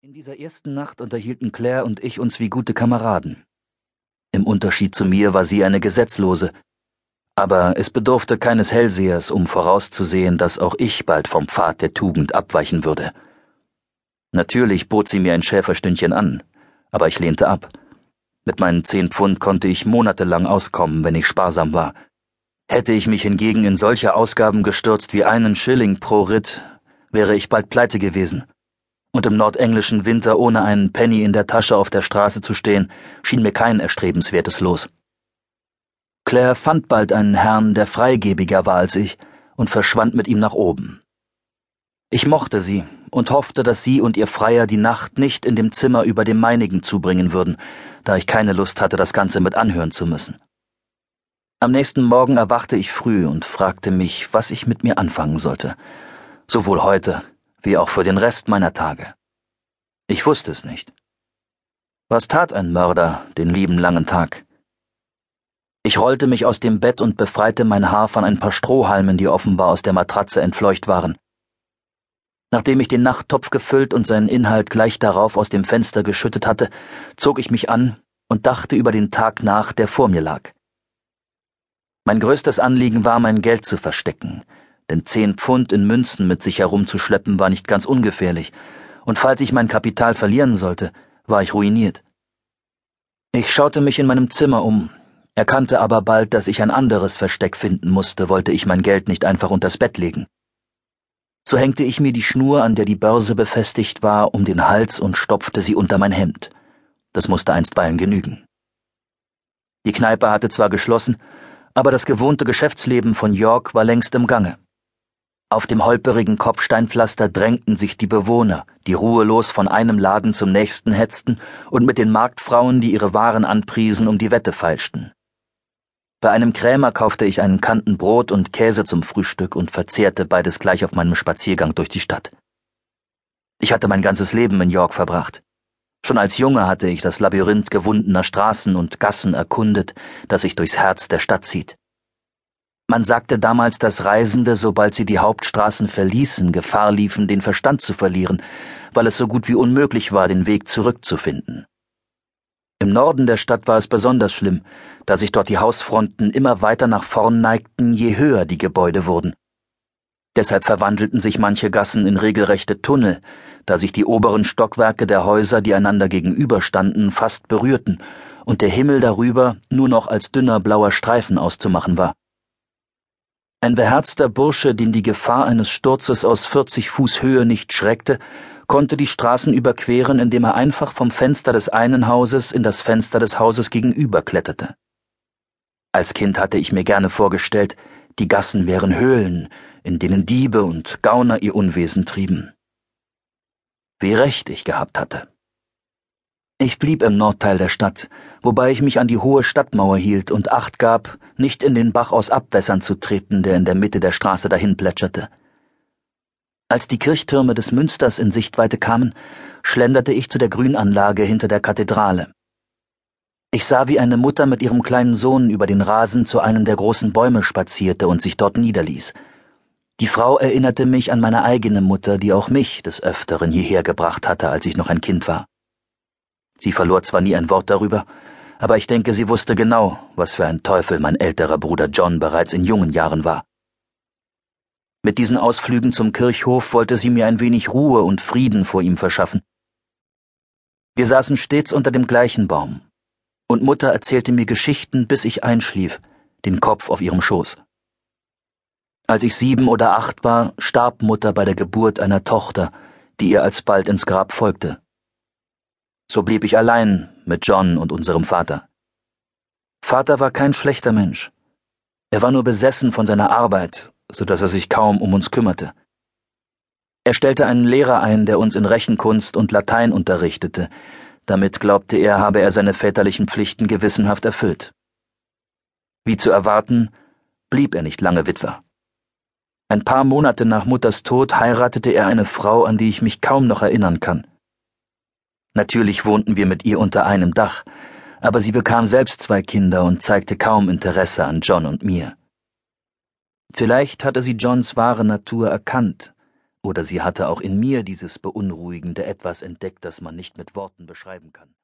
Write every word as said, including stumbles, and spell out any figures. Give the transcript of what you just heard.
In dieser ersten Nacht unterhielten Claire und ich uns wie gute Kameraden. Im Unterschied zu mir war sie eine Gesetzlose, aber es bedurfte keines Hellsehers, um vorauszusehen, dass auch ich bald vom Pfad der Tugend abweichen würde. Natürlich bot sie mir ein Schäferstündchen an, aber ich lehnte ab. Mit meinen zehn Pfund konnte ich monatelang auskommen, wenn ich sparsam war. Hätte ich mich hingegen in solche Ausgaben gestürzt wie einen Schilling pro Ritt, wäre ich bald pleite gewesen. Und im nordenglischen Winter ohne einen Penny in der Tasche auf der Straße zu stehen, schien mir kein erstrebenswertes Los. Claire fand bald einen Herrn, der freigebiger war als ich, und verschwand mit ihm nach oben. Ich mochte sie und hoffte, dass sie und ihr Freier die Nacht nicht in dem Zimmer über dem meinigen zubringen würden, da ich keine Lust hatte, das Ganze mit anhören zu müssen. Am nächsten Morgen erwachte ich früh und fragte mich, was ich mit mir anfangen sollte, sowohl heute wie auch für den Rest meiner Tage. Ich wusste es nicht. Was tat ein Mörder den lieben langen Tag? Ich rollte mich aus dem Bett und befreite mein Haar von ein paar Strohhalmen, die offenbar aus der Matratze entfleucht waren. Nachdem ich den Nachttopf gefüllt und seinen Inhalt gleich darauf aus dem Fenster geschüttet hatte, zog ich mich an und dachte über den Tag nach, der vor mir lag. Mein größtes Anliegen war, mein Geld zu verstecken, denn zehn Pfund in Münzen mit sich herumzuschleppen war nicht ganz ungefährlich, und falls ich mein Kapital verlieren sollte, war ich ruiniert. Ich schaute mich in meinem Zimmer um, erkannte aber bald, dass ich ein anderes Versteck finden musste, wollte ich mein Geld nicht einfach unters Bett legen. So hängte ich mir die Schnur, an der die Börse befestigt war, um den Hals und stopfte sie unter mein Hemd. Das musste einstweilen genügen. Die Kneipe hatte zwar geschlossen, aber das gewohnte Geschäftsleben von York war längst im Gange. Auf dem holperigen Kopfsteinpflaster drängten sich die Bewohner, die ruhelos von einem Laden zum nächsten hetzten und mit den Marktfrauen, die ihre Waren anpriesen, um die Wette feilschten. Bei einem Krämer kaufte ich einen Kanten Brot und Käse zum Frühstück und verzehrte beides gleich auf meinem Spaziergang durch die Stadt. Ich hatte mein ganzes Leben in York verbracht. Schon als Junge hatte ich das Labyrinth gewundener Straßen und Gassen erkundet, das sich durchs Herz der Stadt zieht. Man sagte damals, dass Reisende, sobald sie die Hauptstraßen verließen, Gefahr liefen, den Verstand zu verlieren, weil es so gut wie unmöglich war, den Weg zurückzufinden. Im Norden der Stadt war es besonders schlimm, da sich dort die Hausfronten immer weiter nach vorn neigten, je höher die Gebäude wurden. Deshalb verwandelten sich manche Gassen in regelrechte Tunnel, da sich die oberen Stockwerke der Häuser, die einander gegenüberstanden, fast berührten und der Himmel darüber nur noch als dünner blauer Streifen auszumachen war. Ein beherzter Bursche, den die Gefahr eines Sturzes aus vierzig Fuß Höhe nicht schreckte, konnte die Straßen überqueren, indem er einfach vom Fenster des einen Hauses in das Fenster des Hauses gegenüber kletterte. Als Kind hatte ich mir gerne vorgestellt, die Gassen wären Höhlen, in denen Diebe und Gauner ihr Unwesen trieben. Wie recht ich gehabt hatte. Ich blieb im Nordteil der Stadt, wobei ich mich an die hohe Stadtmauer hielt und Acht gab, nicht in den Bach aus Abwässern zu treten, der in der Mitte der Straße dahin plätscherte. Als die Kirchtürme des Münsters in Sichtweite kamen, schlenderte ich zu der Grünanlage hinter der Kathedrale. Ich sah, wie eine Mutter mit ihrem kleinen Sohn über den Rasen zu einem der großen Bäume spazierte und sich dort niederließ. Die Frau erinnerte mich an meine eigene Mutter, die auch mich des Öfteren hierher gebracht hatte, als ich noch ein Kind war. Sie verlor zwar nie ein Wort darüber, aber ich denke, sie wusste genau, was für ein Teufel mein älterer Bruder John bereits in jungen Jahren war. Mit diesen Ausflügen zum Kirchhof wollte sie mir ein wenig Ruhe und Frieden vor ihm verschaffen. Wir saßen stets unter dem gleichen Baum, und Mutter erzählte mir Geschichten, bis ich einschlief, den Kopf auf ihrem Schoß. Als ich sieben oder acht war, starb Mutter bei der Geburt einer Tochter, die ihr alsbald ins Grab folgte. So blieb ich allein mit John und unserem Vater. Vater war kein schlechter Mensch. Er war nur besessen von seiner Arbeit, so dass er sich kaum um uns kümmerte. Er stellte einen Lehrer ein, der uns in Rechenkunst und Latein unterrichtete. Damit glaubte er, habe er seine väterlichen Pflichten gewissenhaft erfüllt. Wie zu erwarten, blieb er nicht lange Witwer. Ein paar Monate nach Mutters Tod heiratete er eine Frau, an die ich mich kaum noch erinnern kann. Natürlich wohnten wir mit ihr unter einem Dach, aber sie bekam selbst zwei Kinder und zeigte kaum Interesse an John und mir. Vielleicht hatte sie Johns wahre Natur erkannt, Oder sie hatte auch in mir dieses beunruhigende Etwas entdeckt, das man nicht mit Worten beschreiben kann.